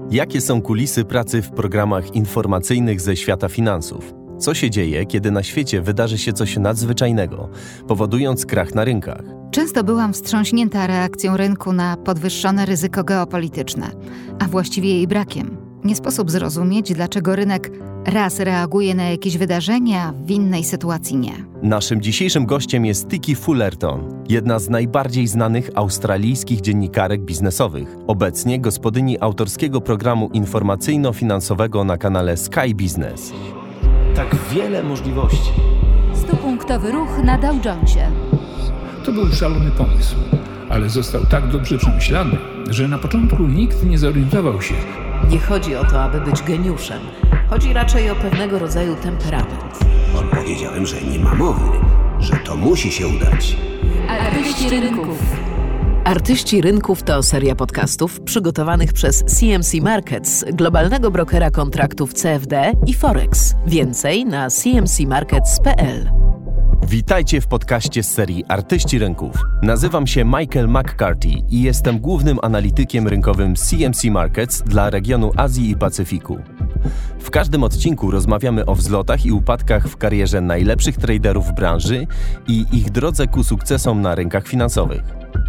Jakie są kulisy pracy w programach informacyjnych ze świata finansów? Co się dzieje, kiedy na świecie wydarzy się coś nadzwyczajnego, powodując krach na rynkach? Często byłam wstrząśnięta reakcją rynku na podwyższone ryzyko geopolityczne, a właściwie jej brakiem. Nie sposób zrozumieć, dlaczego rynek raz reaguje na jakieś wydarzenia, a w innej sytuacji nie. Naszym dzisiejszym gościem jest Tikki Fullerton, jedna z najbardziej znanych australijskich dziennikarek biznesowych, obecnie gospodyni autorskiego programu informacyjno-finansowego na kanale Sky Business. Tak wiele możliwości. 100-punktowy ruch na Dow Jonesie. To był szalony pomysł, ale został tak dobrze przemyślany, że na początku nikt nie zorientował się. Nie chodzi o to, aby być geniuszem. Chodzi raczej o pewnego rodzaju temperament. Powiedziałem, że nie ma mowy, że to musi się udać. Artyści rynków. Artyści rynków to seria podcastów przygotowanych przez CMC Markets, globalnego brokera kontraktów CFD i Forex. Więcej na cmcmarkets.pl. Witajcie w podcaście z serii Artyści Rynków. Nazywam się Michael McCarthy i jestem głównym analitykiem rynkowym CMC Markets dla regionu Azji i Pacyfiku. W każdym odcinku rozmawiamy o wzlotach i upadkach w karierze najlepszych traderów branży i ich drodze ku sukcesom na rynkach finansowych.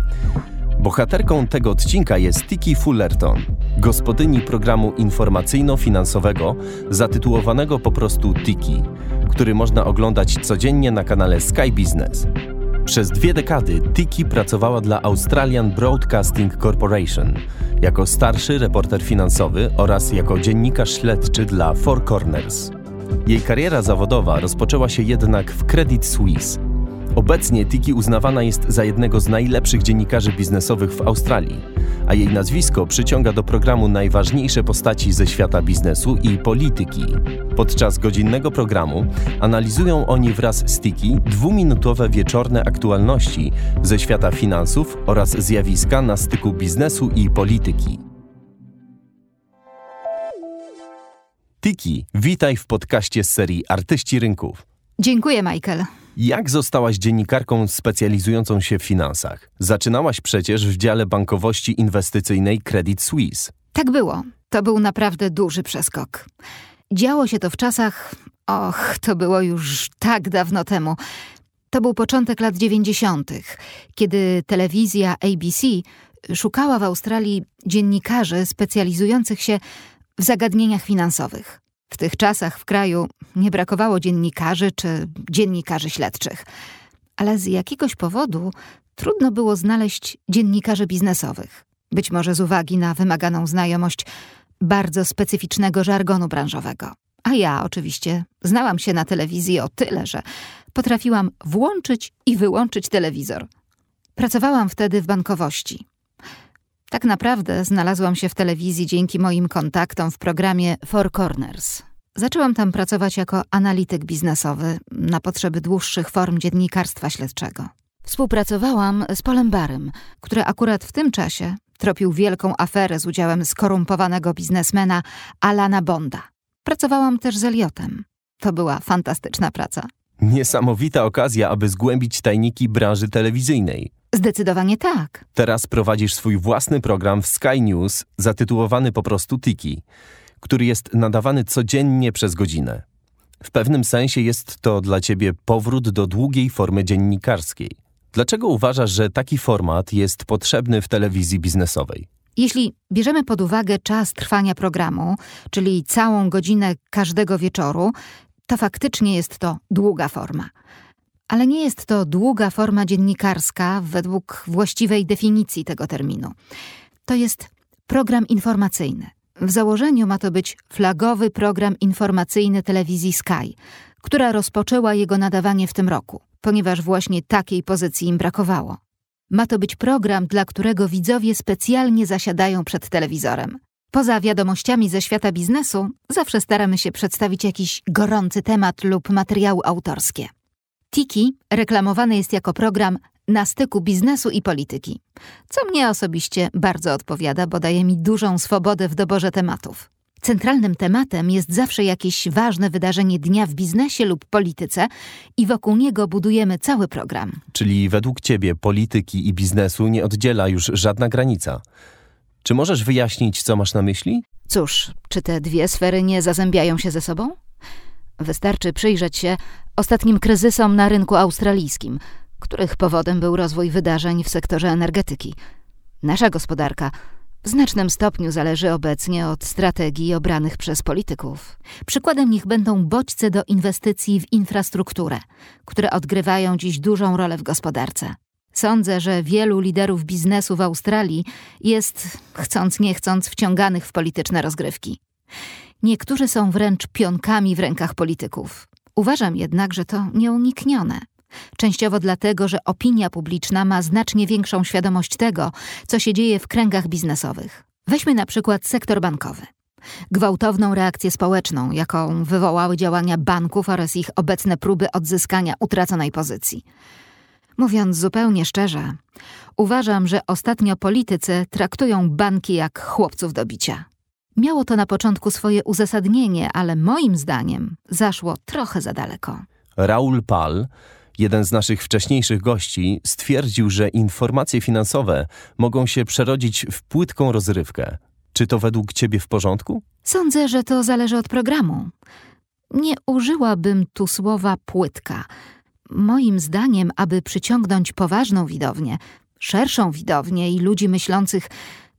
Bohaterką tego odcinka jest Tikki Fullerton, gospodyni programu informacyjno-finansowego zatytułowanego po prostu Tikki, który można oglądać codziennie na kanale Sky Business. Przez 2 dekady Tikki pracowała dla Australian Broadcasting Corporation jako starszy reporter finansowy oraz jako dziennikarz śledczy dla Four Corners. Jej kariera zawodowa rozpoczęła się jednak w Credit Suisse. Obecnie Tikki uznawana jest za jednego z najlepszych dziennikarzy biznesowych w Australii, a jej nazwisko przyciąga do programu najważniejsze postaci ze świata biznesu i polityki. Podczas godzinnego programu analizują oni wraz z Tikki 2-minutowe wieczorne aktualności ze świata finansów oraz zjawiska na styku biznesu i polityki. Tikki, witaj w podcaście z serii Artyści Rynków. Dziękuję, Michael. Jak zostałaś dziennikarką specjalizującą się w finansach? Zaczynałaś przecież w dziale bankowości inwestycyjnej Credit Suisse. Tak było. To był naprawdę duży przeskok. Działo się to w czasach... to było już tak dawno temu. To był początek lat 90., kiedy telewizja ABC szukała w Australii dziennikarzy specjalizujących się w zagadnieniach finansowych. W tych czasach w kraju nie brakowało dziennikarzy czy dziennikarzy śledczych, ale z jakiegoś powodu trudno było znaleźć dziennikarzy biznesowych. Być może z uwagi na wymaganą znajomość bardzo specyficznego żargonu branżowego. A ja oczywiście znałam się na telewizji o tyle, że potrafiłam włączyć i wyłączyć telewizor. Pracowałam wtedy w bankowości. Tak naprawdę znalazłam się w telewizji dzięki moim kontaktom w programie Four Corners. Zaczęłam tam pracować jako analityk biznesowy na potrzeby dłuższych form dziennikarstwa śledczego. Współpracowałam z Paulem Barrym, który akurat w tym czasie tropił wielką aferę z udziałem skorumpowanego biznesmena Alana Bonda. Pracowałam też z Elliotem. To była fantastyczna praca. Niesamowita okazja, aby zgłębić tajniki branży telewizyjnej. Zdecydowanie tak. Teraz prowadzisz swój własny program w Sky News, zatytułowany po prostu Tikki, który jest nadawany codziennie przez godzinę. W pewnym sensie jest to dla ciebie powrót do długiej formy dziennikarskiej. Dlaczego uważasz, że taki format jest potrzebny w telewizji biznesowej? Jeśli bierzemy pod uwagę czas trwania programu, czyli całą godzinę każdego wieczoru, to faktycznie jest to długa forma. Ale nie jest to długa forma dziennikarska według właściwej definicji tego terminu. To jest program informacyjny. W założeniu ma to być flagowy program informacyjny telewizji Sky, która rozpoczęła jego nadawanie w tym roku, ponieważ właśnie takiej pozycji im brakowało. Ma to być program, dla którego widzowie specjalnie zasiadają przed telewizorem. Poza wiadomościami ze świata biznesu zawsze staramy się przedstawić jakiś gorący temat lub materiały autorskie. Tikki reklamowany jest jako program na styku biznesu i polityki, co mnie osobiście bardzo odpowiada, bo daje mi dużą swobodę w doborze tematów. Centralnym tematem jest zawsze jakieś ważne wydarzenie dnia w biznesie lub polityce i wokół niego budujemy cały program. Czyli według ciebie polityki i biznesu nie oddziela już żadna granica. Czy możesz wyjaśnić, co masz na myśli? Cóż, czy te dwie sfery nie zazębiają się ze sobą? Wystarczy przyjrzeć się ostatnim kryzysom na rynku australijskim, których powodem był rozwój wydarzeń w sektorze energetyki. Nasza gospodarka w znacznym stopniu zależy obecnie od strategii obranych przez polityków. Przykładem nich będą bodźce do inwestycji w infrastrukturę, które odgrywają dziś dużą rolę w gospodarce. Sądzę, że wielu liderów biznesu w Australii jest, chcąc nie chcąc, wciąganych w polityczne rozgrywki. Niektórzy są wręcz pionkami w rękach polityków. Uważam jednak, że to nieuniknione. Częściowo dlatego, że opinia publiczna ma znacznie większą świadomość tego, co się dzieje w kręgach biznesowych. Weźmy na przykład sektor bankowy. Gwałtowną reakcję społeczną, jaką wywołały działania banków oraz ich obecne próby odzyskania utraconej pozycji. Mówiąc zupełnie szczerze, uważam, że ostatnio politycy traktują banki jak chłopców do bicia. Miało to na początku swoje uzasadnienie, ale moim zdaniem zaszło trochę za daleko. Raoul Pal, jeden z naszych wcześniejszych gości, stwierdził, że informacje finansowe mogą się przerodzić w płytką rozrywkę. Czy to według ciebie w porządku? Sądzę, że to zależy od programu. Nie użyłabym tu słowa płytka. Moim zdaniem, aby przyciągnąć poważną widownię, szerszą widownię i ludzi myślących,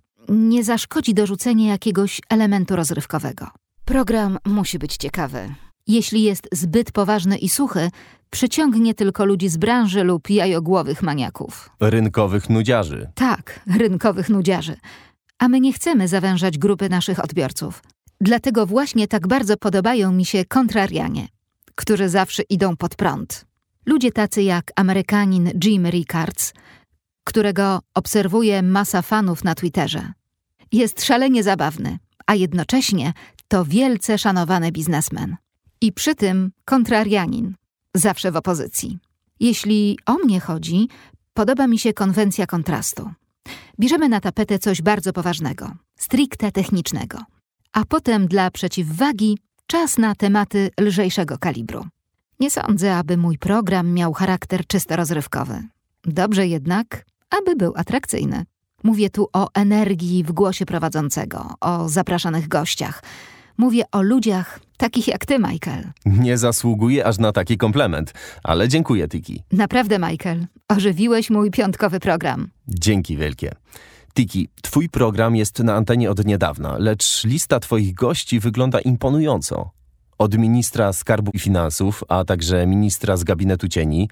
nie zaszkodzi dorzucenie jakiegoś elementu rozrywkowego. Program musi być ciekawy. Jeśli jest zbyt poważny i suchy, przyciągnie tylko ludzi z branży lub jajogłowych maniaków. Rynkowych nudziarzy. Tak, rynkowych nudziarzy. A my nie chcemy zawężać grupy naszych odbiorców. Dlatego właśnie tak bardzo podobają mi się kontrarianie, którzy zawsze idą pod prąd. Ludzie tacy jak Amerykanin Jim Rickards, którego obserwuje masa fanów na Twitterze. Jest szalenie zabawny, a jednocześnie to wielce szanowany biznesmen. I przy tym kontrarianin, zawsze w opozycji. Jeśli o mnie chodzi, podoba mi się konwencja kontrastu. Bierzemy na tapetę coś bardzo poważnego, stricte technicznego, a potem dla przeciwwagi czas na tematy lżejszego kalibru. Nie sądzę, aby mój program miał charakter czysto rozrywkowy. Dobrze jednak, aby był atrakcyjny. Mówię tu o energii w głosie prowadzącego, o zapraszanych gościach. Mówię o ludziach takich jak ty, Michael. Nie zasługuję aż na taki komplement, ale dziękuję, Tiki. Naprawdę, Michael. Ożywiłeś mój piątkowy program. Dzięki wielkie. Tiki, twój program jest na antenie od niedawna, lecz lista twoich gości wygląda imponująco. Od ministra skarbu i finansów, a także ministra z gabinetu cieni,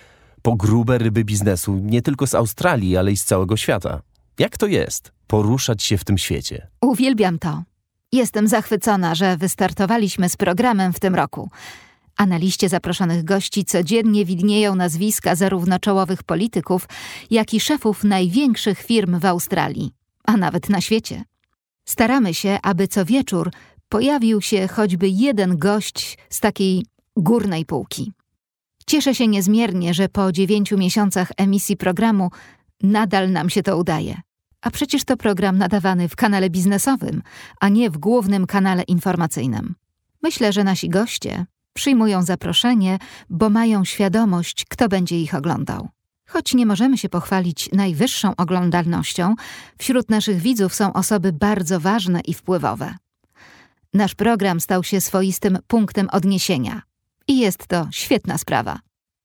po grube ryby biznesu nie tylko z Australii, ale i z całego świata. Jak to jest poruszać się w tym świecie? Uwielbiam to. Jestem zachwycona, że wystartowaliśmy z programem w tym roku. A na liście zaproszonych gości codziennie widnieją nazwiska zarówno czołowych polityków, jak i szefów największych firm w Australii, a nawet na świecie. Staramy się, aby co wieczór pojawił się choćby jeden gość z takiej górnej półki. Cieszę się niezmiernie, że po 9 miesiącach emisji programu nadal nam się to udaje. A przecież to program nadawany w kanale biznesowym, a nie w głównym kanale informacyjnym. Myślę, że nasi goście przyjmują zaproszenie, bo mają świadomość, kto będzie ich oglądał. Choć nie możemy się pochwalić najwyższą oglądalnością, wśród naszych widzów są osoby bardzo ważne i wpływowe. Nasz program stał się swoistym punktem odniesienia i jest to świetna sprawa.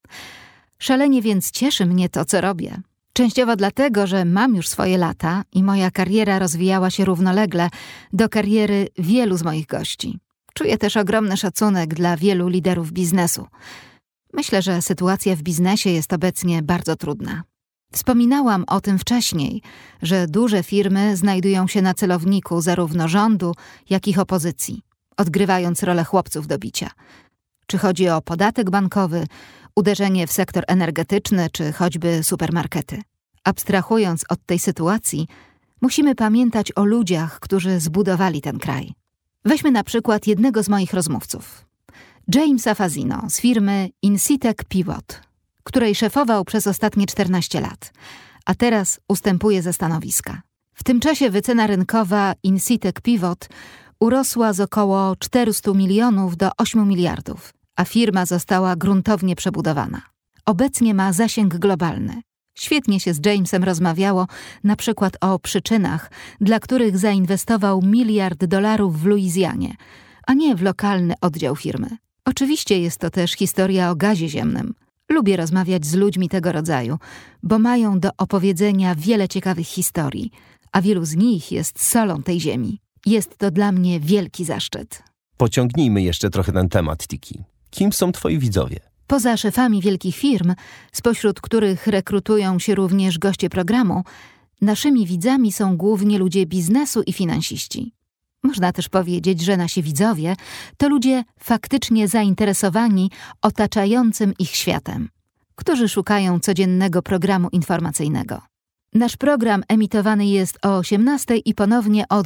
Szalenie więc cieszy mnie to, co robię. Częściowo dlatego, że mam już swoje lata i moja kariera rozwijała się równolegle do kariery wielu z moich gości. Czuję też ogromny szacunek dla wielu liderów biznesu. Myślę, że sytuacja w biznesie jest obecnie bardzo trudna. Wspominałam o tym wcześniej, że duże firmy znajdują się na celowniku zarówno rządu, jak i opozycji, odgrywając rolę chłopców do bicia. Czy chodzi o podatek bankowy, uderzenie w sektor energetyczny, czy choćby supermarkety. Abstrahując od tej sytuacji, musimy pamiętać o ludziach, którzy zbudowali ten kraj. Weźmy na przykład jednego z moich rozmówców. Jamesa Fazino z firmy Incitec Pivot, której szefował przez ostatnie 14 lat, a teraz ustępuje ze stanowiska. W tym czasie wycena rynkowa Incitec Pivot urosła z około 400 milionów do 8 miliardów, a firma została gruntownie przebudowana. Obecnie ma zasięg globalny. Świetnie się z Jamesem rozmawiało, na przykład o przyczynach, dla których zainwestował $1 miliard w Luizjanie, a nie w lokalny oddział firmy. Oczywiście jest to też historia o gazie ziemnym. Lubię rozmawiać z ludźmi tego rodzaju, bo mają do opowiedzenia wiele ciekawych historii, a wielu z nich jest solą tej ziemi. Jest to dla mnie wielki zaszczyt. Pociągnijmy jeszcze trochę ten temat, Tiki. Kim są twoi widzowie? Poza szefami wielkich firm, spośród których rekrutują się również goście programu, naszymi widzami są głównie ludzie biznesu i finansiści. Można też powiedzieć, że nasi widzowie to ludzie faktycznie zainteresowani otaczającym ich światem, którzy szukają codziennego programu informacyjnego. Nasz program emitowany jest o 18:00 i ponownie o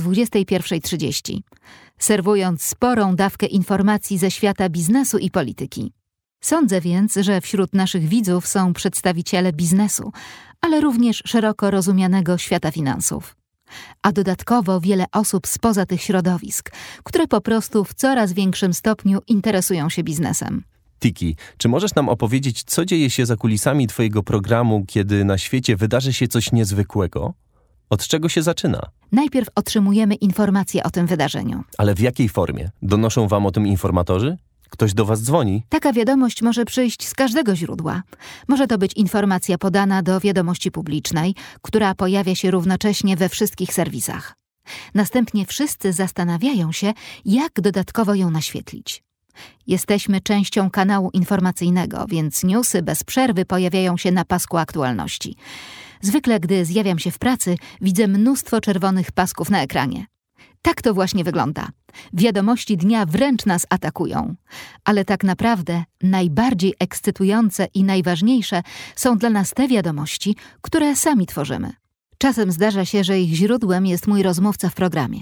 21:30, serwując sporą dawkę informacji ze świata biznesu i polityki. Sądzę więc, że wśród naszych widzów są przedstawiciele biznesu, ale również szeroko rozumianego świata finansów. A dodatkowo wiele osób spoza tych środowisk, które po prostu w coraz większym stopniu interesują się biznesem. Tiki, czy możesz nam opowiedzieć, co dzieje się za kulisami twojego programu, kiedy na świecie wydarzy się coś niezwykłego? Od czego się zaczyna? Najpierw otrzymujemy informacje o tym wydarzeniu. Ale w jakiej formie? Donoszą wam o tym informatorzy? Ktoś do was dzwoni? Taka wiadomość może przyjść z każdego źródła. Może to być informacja podana do wiadomości publicznej, która pojawia się równocześnie we wszystkich serwisach. Następnie wszyscy zastanawiają się, jak dodatkowo ją naświetlić. Jesteśmy częścią kanału informacyjnego, więc newsy bez przerwy pojawiają się na pasku aktualności. Zwykle, gdy zjawiam się w pracy, widzę mnóstwo czerwonych pasków na ekranie. Tak to właśnie wygląda. Wiadomości dnia wręcz nas atakują. Ale tak naprawdę najbardziej ekscytujące i najważniejsze są dla nas te wiadomości, które sami tworzymy. Czasem zdarza się, że ich źródłem jest mój rozmówca w programie.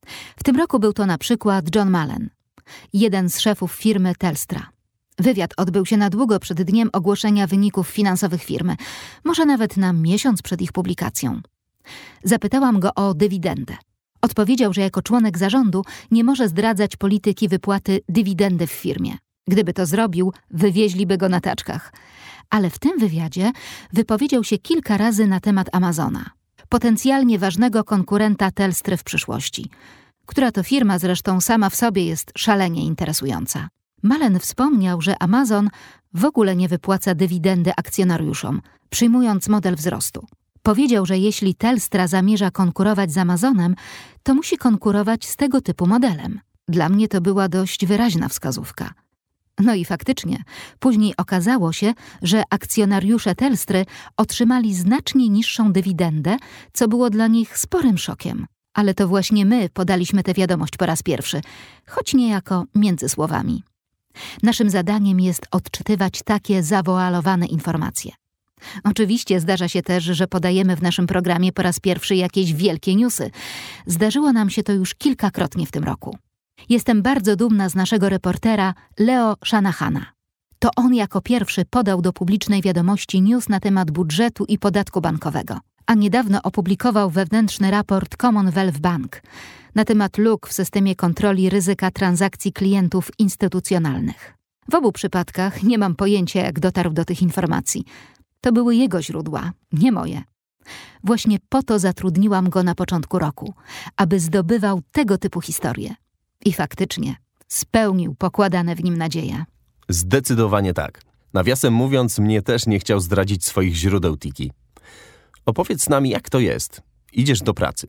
W tym roku był to na przykład John Mullen, jeden z szefów firmy Telstra. Wywiad odbył się na długo przed dniem ogłoszenia wyników finansowych firmy, może nawet na miesiąc przed ich publikacją. Zapytałam go o dywidendę. Odpowiedział, że jako członek zarządu nie może zdradzać polityki wypłaty dywidendy w firmie. Gdyby to zrobił, wywieźliby go na taczkach. Ale w tym wywiadzie wypowiedział się kilka razy na temat Amazona, potencjalnie ważnego konkurenta Telstry w przyszłości, która to firma zresztą sama w sobie jest szalenie interesująca. Mullen wspomniał, że Amazon w ogóle nie wypłaca dywidendy akcjonariuszom, przyjmując model wzrostu. Powiedział, że jeśli Telstra zamierza konkurować z Amazonem, to musi konkurować z tego typu modelem. Dla mnie to była dość wyraźna wskazówka. No i faktycznie, później okazało się, że akcjonariusze Telstry otrzymali znacznie niższą dywidendę, co było dla nich sporym szokiem. Ale to właśnie my podaliśmy tę wiadomość po raz pierwszy, choć niejako między słowami. Naszym zadaniem jest odczytywać takie zawoalowane informacje. Oczywiście zdarza się też, że podajemy w naszym programie po raz pierwszy jakieś wielkie newsy. Zdarzyło nam się to już kilkakrotnie w tym roku. Jestem bardzo dumna z naszego reportera Leo Shanahana. To on jako pierwszy podał do publicznej wiadomości news na temat budżetu i podatku bankowego, a niedawno opublikował wewnętrzny raport Commonwealth Bank na temat luk w systemie kontroli ryzyka transakcji klientów instytucjonalnych. W obu przypadkach nie mam pojęcia, jak dotarł do tych informacji. To były jego źródła, nie moje. Właśnie po to zatrudniłam go na początku roku, aby zdobywał tego typu historie. I faktycznie spełnił pokładane w nim nadzieje. Zdecydowanie tak. Nawiasem mówiąc, mnie też nie chciał zdradzić swoich źródeł, Tiki. Opowiedz nam, jak to jest. Idziesz do pracy.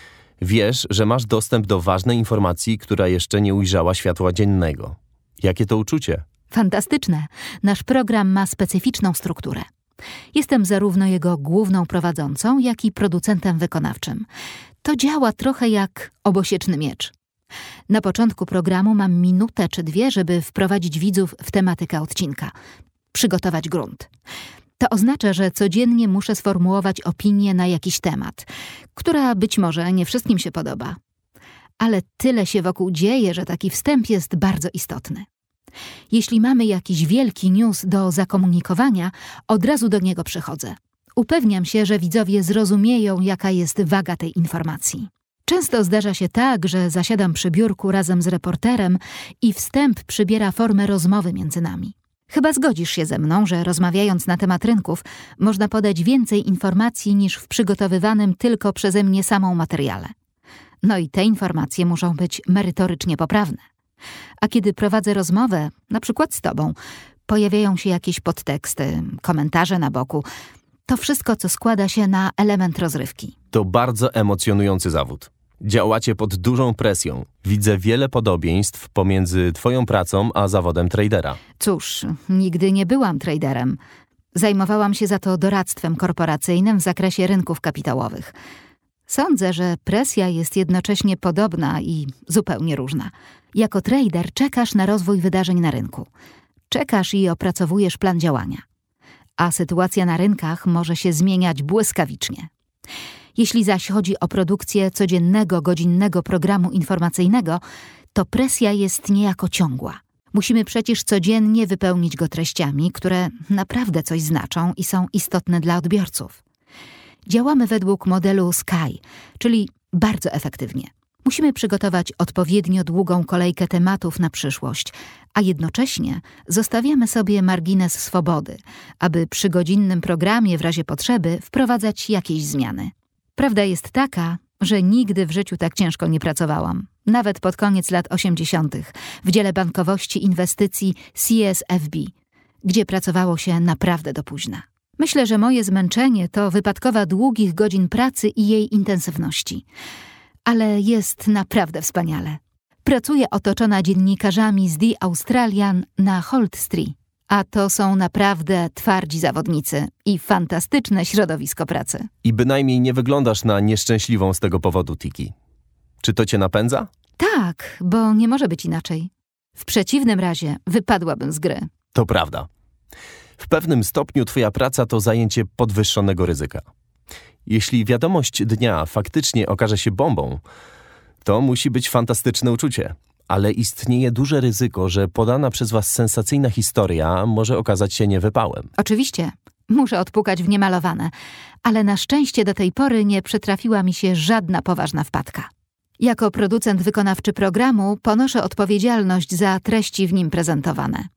Wiesz, że masz dostęp do ważnej informacji, która jeszcze nie ujrzała światła dziennego. Jakie to uczucie? Fantastyczne. Nasz program ma specyficzną strukturę. Jestem zarówno jego główną prowadzącą, jak i producentem wykonawczym. To działa trochę jak obosieczny miecz. Na początku programu mam minutę czy dwie, żeby wprowadzić widzów w tematykę odcinka, przygotować grunt. To oznacza, że codziennie muszę sformułować opinię na jakiś temat, która być może nie wszystkim się podoba. Ale tyle się wokół dzieje, że taki wstęp jest bardzo istotny. Jeśli mamy jakiś wielki news do zakomunikowania, od razu do niego przychodzę. Upewniam się, że widzowie zrozumieją, jaka jest waga tej informacji. Często zdarza się tak, że zasiadam przy biurku razem z reporterem i wstęp przybiera formę rozmowy między nami. Chyba zgodzisz się ze mną, że rozmawiając na temat rynków, można podać więcej informacji niż w przygotowywanym tylko przeze mnie samą materiale. No i te informacje muszą być merytorycznie poprawne. A kiedy prowadzę rozmowę, na przykład z tobą, pojawiają się jakieś podteksty, komentarze na boku. To wszystko, co składa się na element rozrywki. To bardzo emocjonujący zawód. Działacie pod dużą presją. Widzę wiele podobieństw pomiędzy twoją pracą a zawodem tradera. Cóż, nigdy nie byłam traderem. Zajmowałam się za to doradztwem korporacyjnym w zakresie rynków kapitałowych. Sądzę, że presja jest jednocześnie podobna i zupełnie różna. Jako trader czekasz na rozwój wydarzeń na rynku. Czekasz i opracowujesz plan działania. A sytuacja na rynkach może się zmieniać błyskawicznie. Jeśli zaś chodzi o produkcję codziennego, godzinnego programu informacyjnego, to presja jest niejako ciągła. Musimy przecież codziennie wypełnić go treściami, które naprawdę coś znaczą i są istotne dla odbiorców. Działamy według modelu SKY, czyli bardzo efektywnie. Musimy przygotować odpowiednio długą kolejkę tematów na przyszłość, a jednocześnie zostawiamy sobie margines swobody, aby przy godzinnym programie w razie potrzeby wprowadzać jakieś zmiany. Prawda jest taka, że nigdy w życiu tak ciężko nie pracowałam. Nawet pod koniec lat 80. w dziale bankowości inwestycji CSFB, gdzie pracowało się naprawdę do późna. Myślę, że moje zmęczenie to wypadkowa długich godzin pracy i jej intensywności. Ale jest naprawdę wspaniale. Pracuję otoczona dziennikarzami z The Australian na Holt Street, a to są naprawdę twardzi zawodnicy i fantastyczne środowisko pracy. I bynajmniej nie wyglądasz na nieszczęśliwą z tego powodu, Tiki. Czy to cię napędza? Tak, bo nie może być inaczej. W przeciwnym razie wypadłabym z gry. To prawda. W pewnym stopniu twoja praca to zajęcie podwyższonego ryzyka. Jeśli wiadomość dnia faktycznie okaże się bombą, to musi być fantastyczne uczucie. Ale istnieje duże ryzyko, że podana przez was sensacyjna historia może okazać się niewypałem. Oczywiście, muszę odpukać w niemalowane, ale na szczęście do tej pory nie przytrafiła mi się żadna poważna wpadka. Jako producent wykonawczy programu ponoszę odpowiedzialność za treści w nim prezentowane.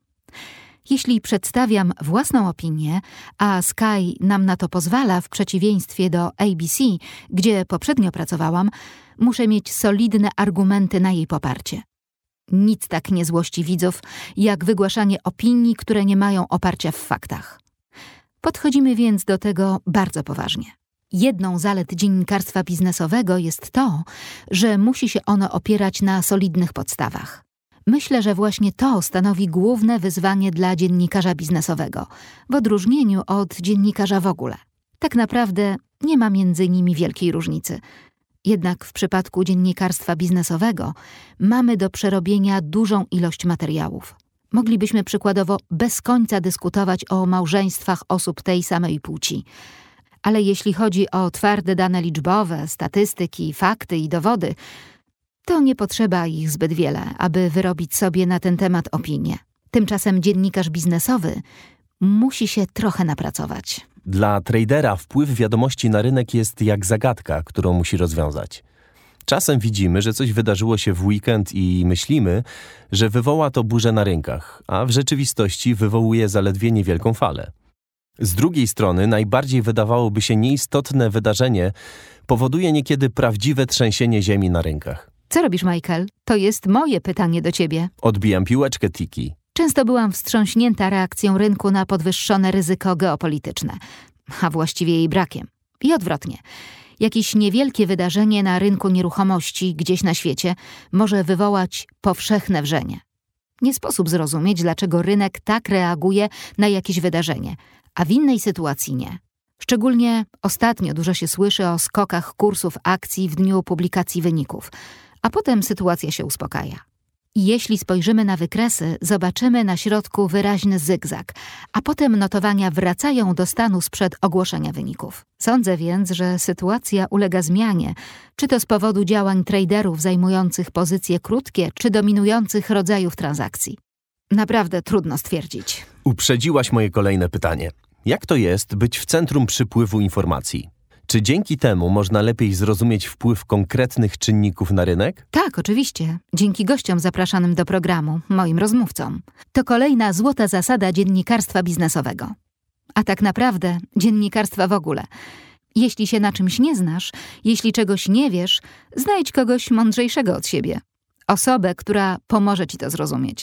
Jeśli przedstawiam własną opinię, a Sky nam na to pozwala w przeciwieństwie do ABC, gdzie poprzednio pracowałam, muszę mieć solidne argumenty na jej poparcie. Nic tak nie złości widzów, jak wygłaszanie opinii, które nie mają oparcia w faktach. Podchodzimy więc do tego bardzo poważnie. Jedną z zalet dziennikarstwa biznesowego jest to, że musi się ono opierać na solidnych podstawach. Myślę, że właśnie to stanowi główne wyzwanie dla dziennikarza biznesowego, w odróżnieniu od dziennikarza w ogóle. Tak naprawdę nie ma między nimi wielkiej różnicy. Jednak w przypadku dziennikarstwa biznesowego mamy do przerobienia dużą ilość materiałów. Moglibyśmy przykładowo bez końca dyskutować o małżeństwach osób tej samej płci. Ale jeśli chodzi o twarde dane liczbowe, statystyki, fakty i dowody, to nie potrzeba ich zbyt wiele, aby wyrobić sobie na ten temat opinię. Tymczasem dziennikarz biznesowy musi się trochę napracować. Dla tradera wpływ wiadomości na rynek jest jak zagadka, którą musi rozwiązać. Czasem widzimy, że coś wydarzyło się w weekend i myślimy, że wywoła to burzę na rynkach, a w rzeczywistości wywołuje zaledwie niewielką falę. Z drugiej strony najbardziej wydawałoby się nieistotne wydarzenie powoduje niekiedy prawdziwe trzęsienie ziemi na rynkach. Co robisz, Michael? To jest moje pytanie do ciebie. Odbijam piłeczkę, Tiki. Często byłam wstrząśnięta reakcją rynku na podwyższone ryzyko geopolityczne, a właściwie jej brakiem. I odwrotnie. Jakieś niewielkie wydarzenie na rynku nieruchomości gdzieś na świecie może wywołać powszechne wrzenie. Nie sposób zrozumieć, dlaczego rynek tak reaguje na jakieś wydarzenie, a w innej sytuacji nie. Szczególnie ostatnio dużo się słyszy o skokach kursów akcji w dniu publikacji wyników, a potem sytuacja się uspokaja. I jeśli spojrzymy na wykresy, zobaczymy na środku wyraźny zygzak, a potem notowania wracają do stanu sprzed ogłoszenia wyników. Sądzę więc, że sytuacja ulega zmianie, czy to z powodu działań traderów zajmujących pozycje krótkie, czy dominujących rodzajów transakcji. Naprawdę trudno stwierdzić. Uprzedziłaś moje kolejne pytanie. Jak to jest być w centrum przypływu informacji? Czy dzięki temu można lepiej zrozumieć wpływ konkretnych czynników na rynek? Tak, oczywiście. Dzięki gościom zapraszanym do programu, moim rozmówcom. To kolejna złota zasada dziennikarstwa biznesowego. A tak naprawdę dziennikarstwa w ogóle. Jeśli się na czymś nie znasz, jeśli czegoś nie wiesz, znajdź kogoś mądrzejszego od siebie. Osobę, która pomoże ci to zrozumieć.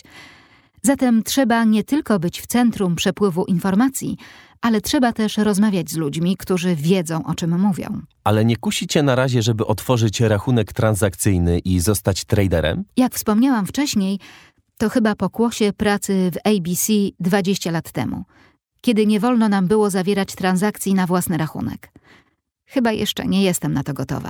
Zatem trzeba nie tylko być w centrum przepływu informacji, ale trzeba też rozmawiać z ludźmi, którzy wiedzą, o czym mówią. Ale nie kusi cię na razie, żeby otworzyć rachunek transakcyjny i zostać traderem? Jak wspomniałam wcześniej, to chyba pokłosie pracy w ABC 20 lat temu, kiedy nie wolno nam było zawierać transakcji na własny rachunek. Chyba jeszcze nie jestem na to gotowa.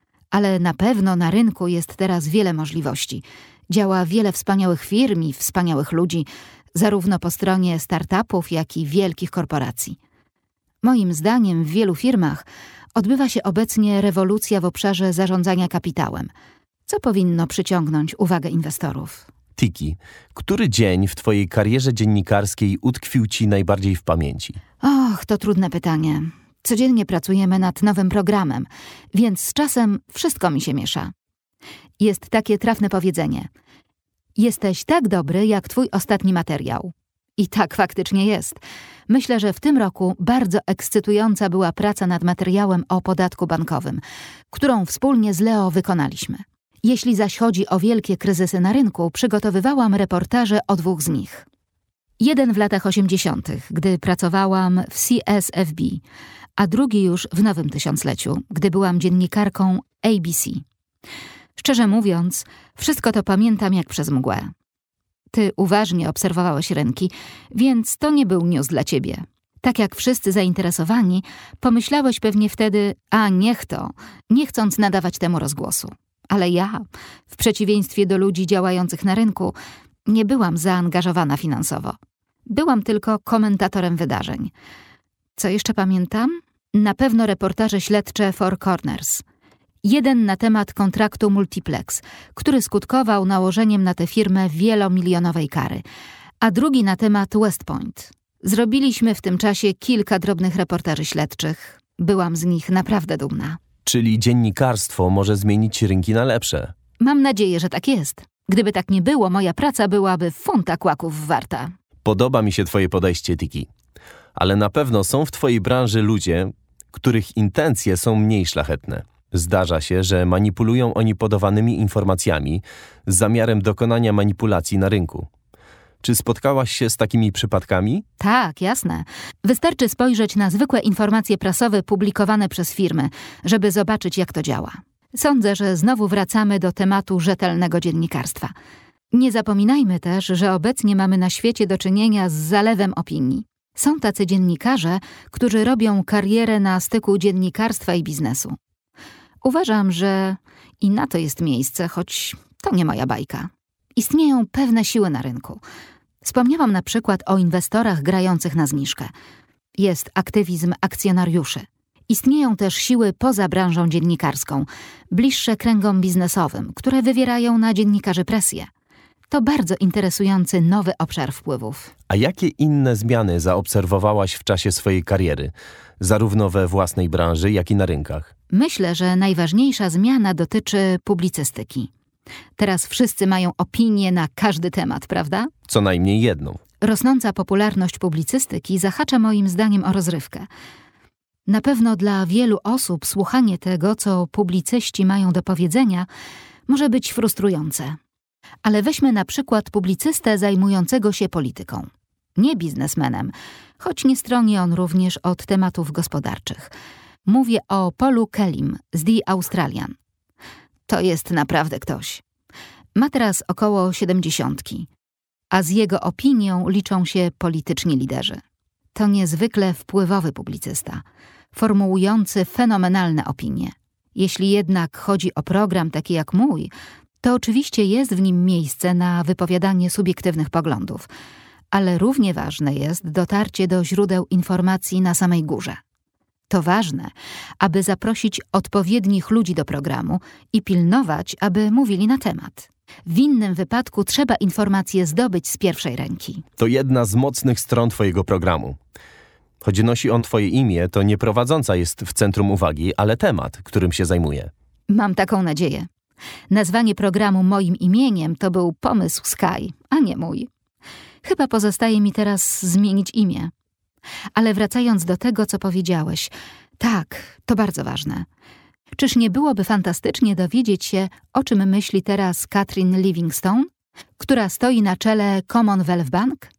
Ale na pewno na rynku jest teraz wiele możliwości. Działa wiele wspaniałych firm i wspaniałych ludzi, zarówno po stronie startupów, jak i wielkich korporacji. Moim zdaniem w wielu firmach odbywa się obecnie rewolucja w obszarze zarządzania kapitałem, co powinno przyciągnąć uwagę inwestorów. Tiki, który dzień w twojej karierze dziennikarskiej utkwił ci najbardziej w pamięci? Och, to trudne pytanie. Codziennie pracujemy nad nowym programem, więc z czasem wszystko mi się miesza. Jest takie trafne powiedzenie. Jesteś tak dobry, jak twój ostatni materiał. I tak faktycznie jest. Myślę, że w tym roku bardzo ekscytująca była praca nad materiałem o podatku bankowym, którą wspólnie z Leo wykonaliśmy. Jeśli zaś chodzi o wielkie kryzysy na rynku, przygotowywałam reportaże o 2 z nich. Jeden w latach 80., gdy pracowałam w CSFB, a drugi już w nowym tysiącleciu, gdy byłam dziennikarką ABC. Szczerze mówiąc, wszystko to pamiętam jak przez mgłę. Ty uważnie obserwowałeś rynki, więc to nie był news dla ciebie. Tak jak wszyscy zainteresowani, pomyślałeś pewnie wtedy, a niech to, nie chcąc nadawać temu rozgłosu. Ale ja, w przeciwieństwie do ludzi działających na rynku, nie byłam zaangażowana finansowo. Byłam tylko komentatorem wydarzeń. Co jeszcze pamiętam? Na pewno reportaże śledcze Four Corners. Jeden na temat kontraktu Multiplex, który skutkował nałożeniem na tę firmę wielomilionowej kary, a drugi na temat West Point. Zrobiliśmy w tym czasie kilka drobnych reportaży śledczych. Byłam z nich naprawdę dumna. Czyli dziennikarstwo może zmienić rynki na lepsze. Mam nadzieję, że tak jest. Gdyby tak nie było, moja praca byłaby funta kłaków warta. Podoba mi się twoje podejście, Tiki. Ale na pewno są w twojej branży ludzie, których intencje są mniej szlachetne. Zdarza się, że manipulują oni podawanymi informacjami z zamiarem dokonania manipulacji na rynku. Czy spotkałaś się z takimi przypadkami? Tak, jasne. Wystarczy spojrzeć na zwykłe informacje prasowe publikowane przez firmy, żeby zobaczyć, jak to działa. Sądzę, że znowu wracamy do tematu rzetelnego dziennikarstwa. Nie zapominajmy też, że obecnie mamy na świecie do czynienia z zalewem opinii. Są tacy dziennikarze, którzy robią karierę na styku dziennikarstwa i biznesu. Uważam, że i na to jest miejsce, choć to nie moja bajka. Istnieją pewne siły na rynku. Wspomniałam na przykład o inwestorach grających na zniżkę. Jest aktywizm akcjonariuszy. Istnieją też siły poza branżą dziennikarską, bliższe kręgom biznesowym, które wywierają na dziennikarzy presję. To bardzo interesujący nowy obszar wpływów. A jakie inne zmiany zaobserwowałaś w czasie swojej kariery, zarówno we własnej branży, jak i na rynkach? Myślę, że najważniejsza zmiana dotyczy publicystyki. Teraz wszyscy mają opinie na każdy temat, prawda? Co najmniej jedną. Rosnąca popularność publicystyki zahacza moim zdaniem o rozrywkę. Na pewno dla wielu osób słuchanie tego, co publicyści mają do powiedzenia, może być frustrujące. Ale weźmy na przykład publicystę zajmującego się polityką. Nie biznesmenem, choć nie stroni on również od tematów gospodarczych. Mówię o Paulu Kellym z The Australian. To jest naprawdę ktoś. Ma teraz około 70, a z jego opinią liczą się polityczni liderzy. To niezwykle wpływowy publicysta, formułujący fenomenalne opinie. Jeśli jednak chodzi o program taki jak mój, to oczywiście jest w nim miejsce na wypowiadanie subiektywnych poglądów, ale równie ważne jest dotarcie do źródeł informacji na samej górze. To ważne, aby zaprosić odpowiednich ludzi do programu i pilnować, aby mówili na temat. W innym wypadku trzeba informacje zdobyć z pierwszej ręki. To jedna z mocnych stron twojego programu. Choć nosi on twoje imię, to nie prowadząca jest w centrum uwagi, ale temat, którym się zajmuje. Mam taką nadzieję. Nazwanie programu moim imieniem to był pomysł Sky, a nie mój. Chyba pozostaje mi teraz zmienić imię. Ale wracając do tego, co powiedziałeś, tak, to bardzo ważne. Czyż nie byłoby fantastycznie dowiedzieć się, o czym myśli teraz Kathryn Livingstone, która stoi na czele Commonwealth Bank?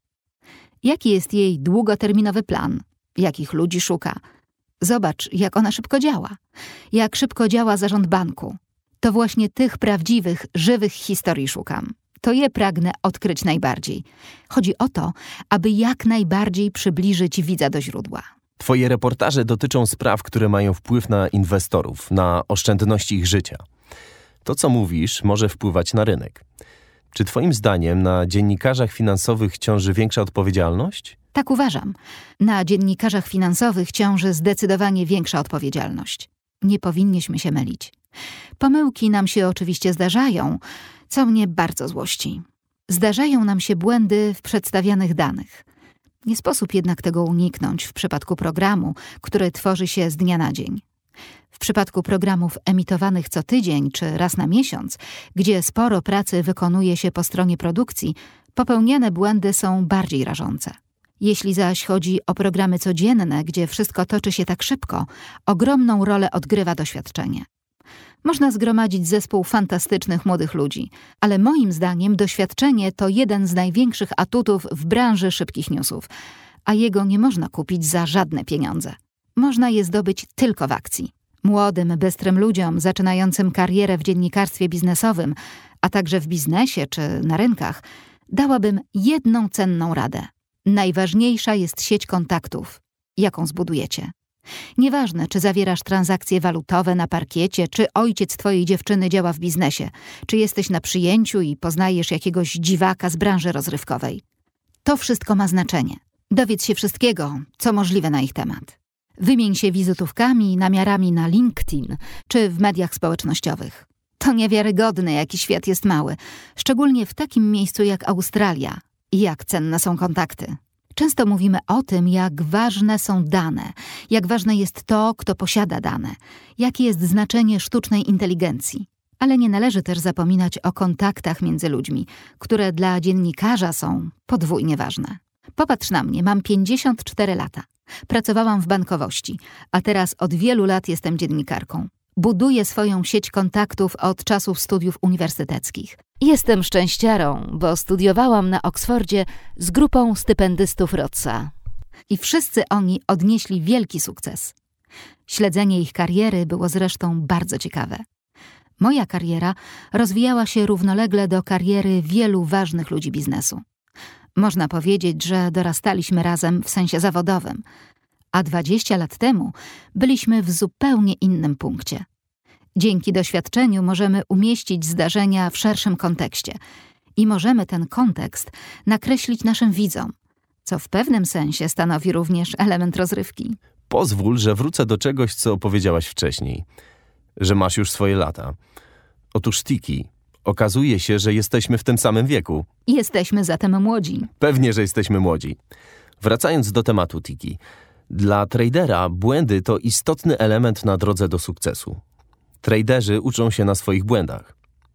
Jaki jest jej długoterminowy plan? Jakich ludzi szuka? Zobacz, jak ona szybko działa. Jak szybko działa zarząd banku. To właśnie tych prawdziwych, żywych historii szukam. To je pragnę odkryć najbardziej. Chodzi o to, aby jak najbardziej przybliżyć widza do źródła. Twoje reportaże dotyczą spraw, które mają wpływ na inwestorów, na oszczędności ich życia. To, co mówisz, może wpływać na rynek. Czy twoim zdaniem na dziennikarzach finansowych ciąży większa odpowiedzialność? Tak uważam. Na dziennikarzach finansowych ciąży zdecydowanie większa odpowiedzialność. Nie powinniśmy się mylić. Pomyłki nam się oczywiście zdarzają, co mnie bardzo złości. Zdarzają nam się błędy w przedstawianych danych. Nie sposób jednak tego uniknąć w przypadku programu, który tworzy się z dnia na dzień. W przypadku programów emitowanych co tydzień czy raz na miesiąc, gdzie sporo pracy wykonuje się po stronie produkcji, popełniane błędy są bardziej rażące. Jeśli zaś chodzi o programy codzienne, gdzie wszystko toczy się tak szybko, ogromną rolę odgrywa doświadczenie. Można zgromadzić zespół fantastycznych młodych ludzi, ale moim zdaniem doświadczenie to jeden z największych atutów w branży szybkich newsów, a jego nie można kupić za żadne pieniądze. Można je zdobyć tylko w akcji. Młodym, bystrym ludziom zaczynającym karierę w dziennikarstwie biznesowym, a także w biznesie czy na rynkach, dałabym jedną cenną radę. Najważniejsza jest sieć kontaktów, jaką zbudujecie. Nieważne, czy zawierasz transakcje walutowe na parkiecie, czy ojciec twojej dziewczyny działa w biznesie, czy jesteś na przyjęciu i poznajesz jakiegoś dziwaka z branży rozrywkowej. To wszystko ma znaczenie. Dowiedz się wszystkiego, co możliwe na ich temat. Wymień się wizytówkami i namiarami na LinkedIn czy w mediach społecznościowych. To niewiarygodne, jaki świat jest mały, szczególnie w takim miejscu jak Australia i jak cenne są kontakty. Często mówimy o tym, jak ważne są dane, jak ważne jest to, kto posiada dane, jakie jest znaczenie sztucznej inteligencji. Ale nie należy też zapominać o kontaktach między ludźmi, które dla dziennikarza są podwójnie ważne. Popatrz na mnie, mam 54 lata. Pracowałam w bankowości, a teraz od wielu lat jestem dziennikarką. Buduję swoją sieć kontaktów od czasów studiów uniwersyteckich. Jestem szczęściarą, bo studiowałam na Oksfordzie z grupą stypendystów Rhodzesa. I wszyscy oni odnieśli wielki sukces. Śledzenie ich kariery było zresztą bardzo ciekawe. Moja kariera rozwijała się równolegle do kariery wielu ważnych ludzi biznesu. Można powiedzieć, że dorastaliśmy razem w sensie zawodowym, a 20 lat temu byliśmy w zupełnie innym punkcie. Dzięki doświadczeniu możemy umieścić zdarzenia w szerszym kontekście i możemy ten kontekst nakreślić naszym widzom, co w pewnym sensie stanowi również element rozrywki. Pozwól, że wrócę do czegoś, co opowiedziałaś wcześniej, że masz już swoje lata. Otóż Tiki, okazuje się, że jesteśmy w tym samym wieku. Jesteśmy zatem młodzi. Pewnie, że jesteśmy młodzi. Wracając do tematu Tiki, dla tradera błędy to istotny element na drodze do sukcesu. Traderzy uczą się na swoich błędach.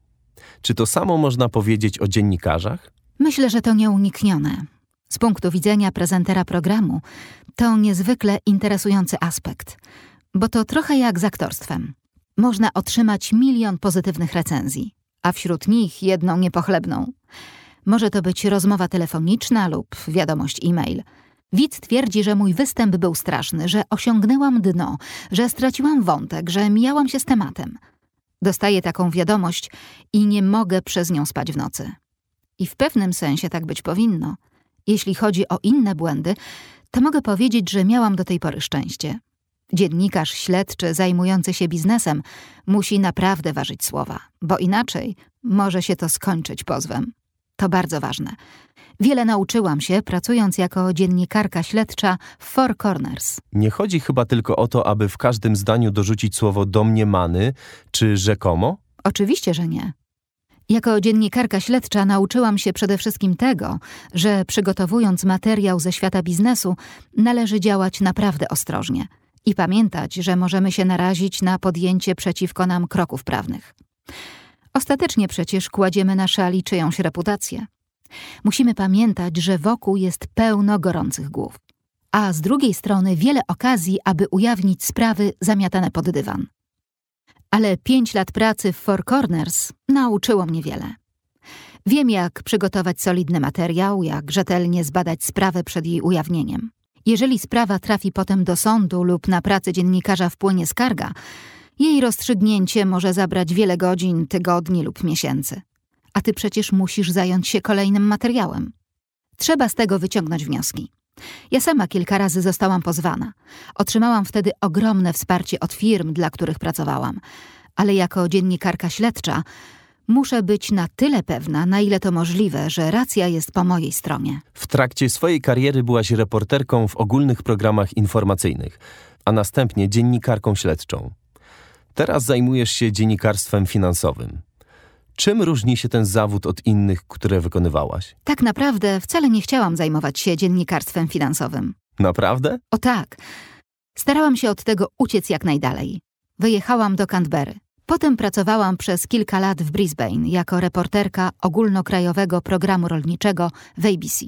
Czy to samo można powiedzieć o dziennikarzach? Myślę, że to nieuniknione. Z punktu widzenia prezentera programu to niezwykle interesujący aspekt, bo to trochę jak z aktorstwem. Można otrzymać 1 milion pozytywnych recenzji, a wśród nich jedną niepochlebną. Może to być rozmowa telefoniczna lub wiadomość e-mail. Widz twierdzi, że mój występ był straszny, że osiągnęłam dno, że straciłam wątek, że mijałam się z tematem. Dostaję taką wiadomość i nie mogę przez nią spać w nocy. I w pewnym sensie tak być powinno. Jeśli chodzi o inne błędy, to mogę powiedzieć, że miałam do tej pory szczęście. Dziennikarz śledczy zajmujący się biznesem musi naprawdę ważyć słowa, bo inaczej może się to skończyć pozwem. To bardzo ważne. Wiele nauczyłam się, pracując jako dziennikarka śledcza w Four Corners. Nie chodzi chyba tylko o to, aby w każdym zdaniu dorzucić słowo domniemany czy rzekomo? Oczywiście, że nie. Jako dziennikarka śledcza nauczyłam się przede wszystkim tego, że przygotowując materiał ze świata biznesu, należy działać naprawdę ostrożnie i pamiętać, że możemy się narazić na podjęcie przeciwko nam kroków prawnych. Ostatecznie przecież kładziemy na szali czyjąś reputację. Musimy pamiętać, że wokół jest pełno gorących głów, a z drugiej strony wiele okazji, aby ujawnić sprawy zamiatane pod dywan. Ale 5 lat pracy w Four Corners nauczyło mnie wiele. Wiem, jak przygotować solidny materiał, jak rzetelnie zbadać sprawę przed jej ujawnieniem. Jeżeli sprawa trafi potem do sądu lub na pracę dziennikarza wpłynie skarga, jej rozstrzygnięcie może zabrać wiele godzin, tygodni lub miesięcy. A ty przecież musisz zająć się kolejnym materiałem. Trzeba z tego wyciągnąć wnioski. Ja sama kilka razy zostałam pozwana. Otrzymałam wtedy ogromne wsparcie od firm, dla których pracowałam. Ale jako dziennikarka śledcza muszę być na tyle pewna, na ile to możliwe, że racja jest po mojej stronie. W trakcie swojej kariery byłaś reporterką w ogólnych programach informacyjnych, a następnie dziennikarką śledczą. Teraz zajmujesz się dziennikarstwem finansowym. Czym różni się ten zawód od innych, które wykonywałaś? Tak naprawdę wcale nie chciałam zajmować się dziennikarstwem finansowym. Naprawdę? O tak. Starałam się od tego uciec jak najdalej. Wyjechałam do Canberry. Potem pracowałam przez kilka lat w Brisbane jako reporterka ogólnokrajowego programu rolniczego w ABC.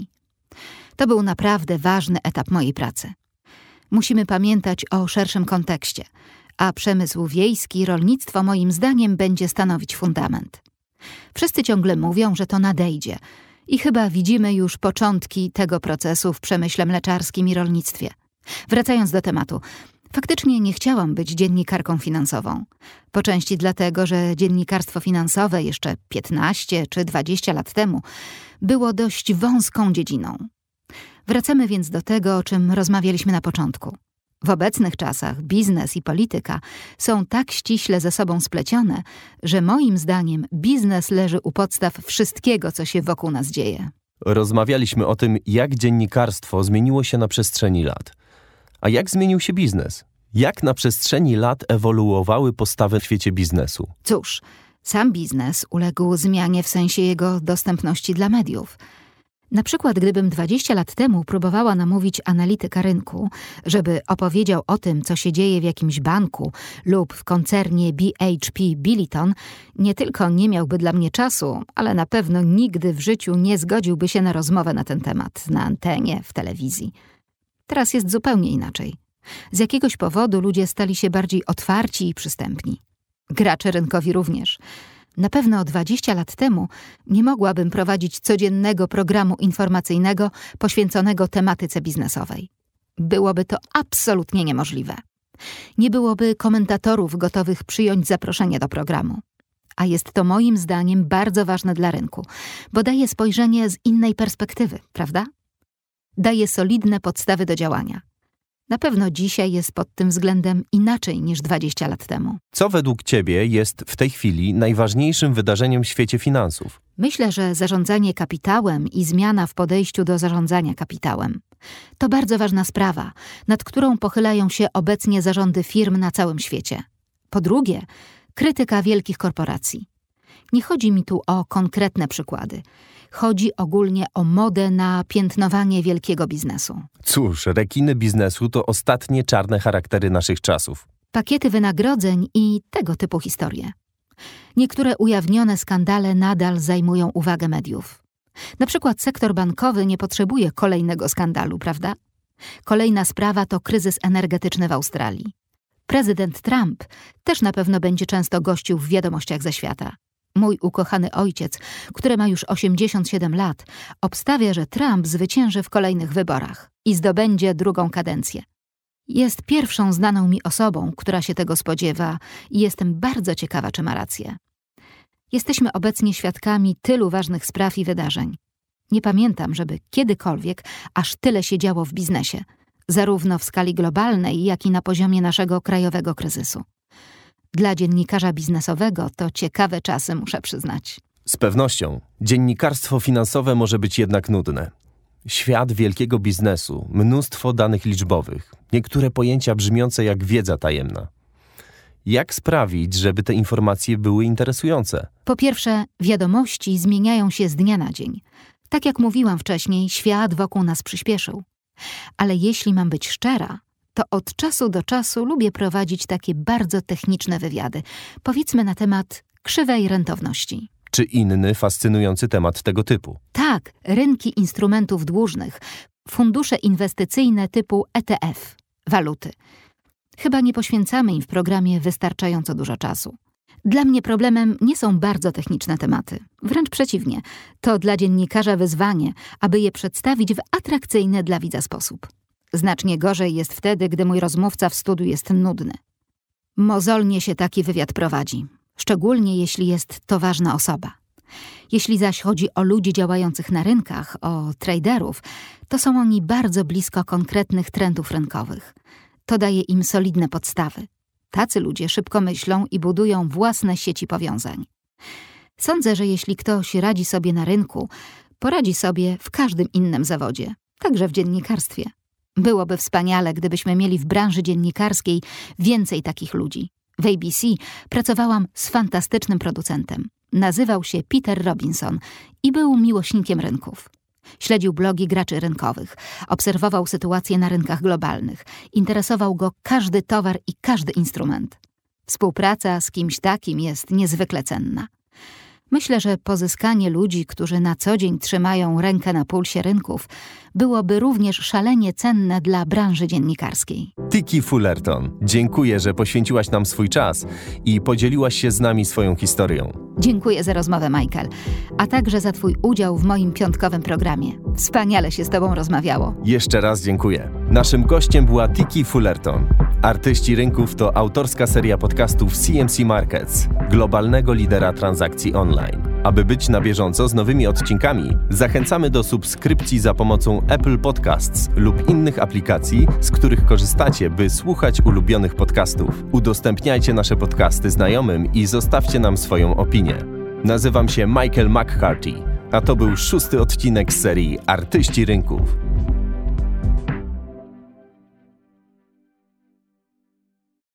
To był naprawdę ważny etap mojej pracy. Musimy pamiętać o szerszym kontekście, a przemysł wiejski, rolnictwo moim zdaniem będzie stanowić fundament. Wszyscy ciągle mówią, że to nadejdzie i chyba widzimy już początki tego procesu w przemyśle mleczarskim i rolnictwie. Wracając do tematu, faktycznie nie chciałam być dziennikarką finansową. Po części dlatego, że dziennikarstwo finansowe jeszcze 15 czy 20 lat temu było dość wąską dziedziną. Wracamy więc do tego, o czym rozmawialiśmy na początku. W obecnych czasach biznes i polityka są tak ściśle ze sobą splecione, że moim zdaniem biznes leży u podstaw wszystkiego, co się wokół nas dzieje. Rozmawialiśmy o tym, jak dziennikarstwo zmieniło się na przestrzeni lat. A jak zmienił się biznes? Jak na przestrzeni lat ewoluowały postawy w świecie biznesu? Cóż, sam biznes uległ zmianie w sensie jego dostępności dla mediów. Na przykład, gdybym 20 lat temu próbowała namówić analityka rynku, żeby opowiedział o tym, co się dzieje w jakimś banku lub w koncernie BHP Billiton, nie tylko nie miałby dla mnie czasu, ale na pewno nigdy w życiu nie zgodziłby się na rozmowę na ten temat, na antenie, w telewizji. Teraz jest zupełnie inaczej. Z jakiegoś powodu ludzie stali się bardziej otwarci i przystępni. Gracze rynkowi również. Na pewno 20 lat temu nie mogłabym prowadzić codziennego programu informacyjnego poświęconego tematyce biznesowej. Byłoby to absolutnie niemożliwe. Nie byłoby komentatorów gotowych przyjąć zaproszenie do programu. A jest to moim zdaniem bardzo ważne dla rynku, bo daje spojrzenie z innej perspektywy, prawda? Daje solidne podstawy do działania. Na pewno dzisiaj jest pod tym względem inaczej niż 20 lat temu. Co według ciebie jest w tej chwili najważniejszym wydarzeniem w świecie finansów? Myślę, że zarządzanie kapitałem i zmiana w podejściu do zarządzania kapitałem to bardzo ważna sprawa, nad którą pochylają się obecnie zarządy firm na całym świecie. Po drugie, krytyka wielkich korporacji. Nie chodzi mi tu o konkretne przykłady. Chodzi ogólnie o modę na piętnowanie wielkiego biznesu. Cóż, rekiny biznesu to ostatnie czarne charaktery naszych czasów. Pakiety wynagrodzeń i tego typu historie. Niektóre ujawnione skandale nadal zajmują uwagę mediów. Na przykład sektor bankowy nie potrzebuje kolejnego skandalu, prawda? Kolejna sprawa to kryzys energetyczny w Australii. Prezydent Trump też na pewno będzie często gościł w wiadomościach ze świata. Mój ukochany ojciec, który ma już 87 lat, obstawia, że Trump zwycięży w kolejnych wyborach i zdobędzie drugą kadencję. Jest pierwszą znaną mi osobą, która się tego spodziewa i jestem bardzo ciekawa, czy ma rację. Jesteśmy obecnie świadkami tylu ważnych spraw i wydarzeń. Nie pamiętam, żeby kiedykolwiek aż tyle się działo w biznesie, zarówno w skali globalnej, jak i na poziomie naszego krajowego kryzysu. Dla dziennikarza biznesowego to ciekawe czasy, muszę przyznać. Z pewnością. Dziennikarstwo finansowe może być jednak nudne. Świat wielkiego biznesu, mnóstwo danych liczbowych, niektóre pojęcia brzmiące jak wiedza tajemna. Jak sprawić, żeby te informacje były interesujące? Po pierwsze, wiadomości zmieniają się z dnia na dzień. Tak jak mówiłam wcześniej, świat wokół nas przyspieszył. Ale jeśli mam być szczera, to od czasu do czasu lubię prowadzić takie bardzo techniczne wywiady, powiedzmy na temat krzywej rentowności. Czy inny fascynujący temat tego typu? Tak, rynki instrumentów dłużnych, fundusze inwestycyjne typu ETF, waluty. Chyba nie poświęcamy im w programie wystarczająco dużo czasu. Dla mnie problemem nie są bardzo techniczne tematy. Wręcz przeciwnie, to dla dziennikarza wyzwanie, aby je przedstawić w atrakcyjny dla widza sposób. Znacznie gorzej jest wtedy, gdy mój rozmówca w studiu jest nudny. Mozolnie się taki wywiad prowadzi, szczególnie jeśli jest to ważna osoba. Jeśli zaś chodzi o ludzi działających na rynkach, o traderów, to są oni bardzo blisko konkretnych trendów rynkowych. To daje im solidne podstawy. Tacy ludzie szybko myślą i budują własne sieci powiązań. Sądzę, że jeśli ktoś radzi sobie na rynku, poradzi sobie w każdym innym zawodzie, także w dziennikarstwie. Byłoby wspaniale, gdybyśmy mieli w branży dziennikarskiej więcej takich ludzi. W ABC pracowałam z fantastycznym producentem. Nazywał się Peter Robinson i był miłośnikiem rynków. Śledził blogi graczy rynkowych, obserwował sytuacje na rynkach globalnych, interesował go każdy towar i każdy instrument. Współpraca z kimś takim jest niezwykle cenna. Myślę, że pozyskanie ludzi, którzy na co dzień trzymają rękę na pulsie rynków, byłoby również szalenie cenne dla branży dziennikarskiej. Tiki Fullerton, dziękuję, że poświęciłaś nam swój czas i podzieliłaś się z nami swoją historią. Dziękuję za rozmowę, Michael, a także za Twój udział w moim piątkowym programie. Wspaniale się z Tobą rozmawiało. Jeszcze raz dziękuję. Naszym gościem była Tiki Fullerton. Artyści Rynków to autorska seria podcastów CMC Markets, globalnego lidera transakcji online. Aby być na bieżąco z nowymi odcinkami, zachęcamy do subskrypcji za pomocą Apple Podcasts lub innych aplikacji, z których korzystacie, by słuchać ulubionych podcastów. Udostępniajcie nasze podcasty znajomym i zostawcie nam swoją opinię. Nazywam się Michael McCarthy, a to był 6. odcinek z serii Artyści Rynków.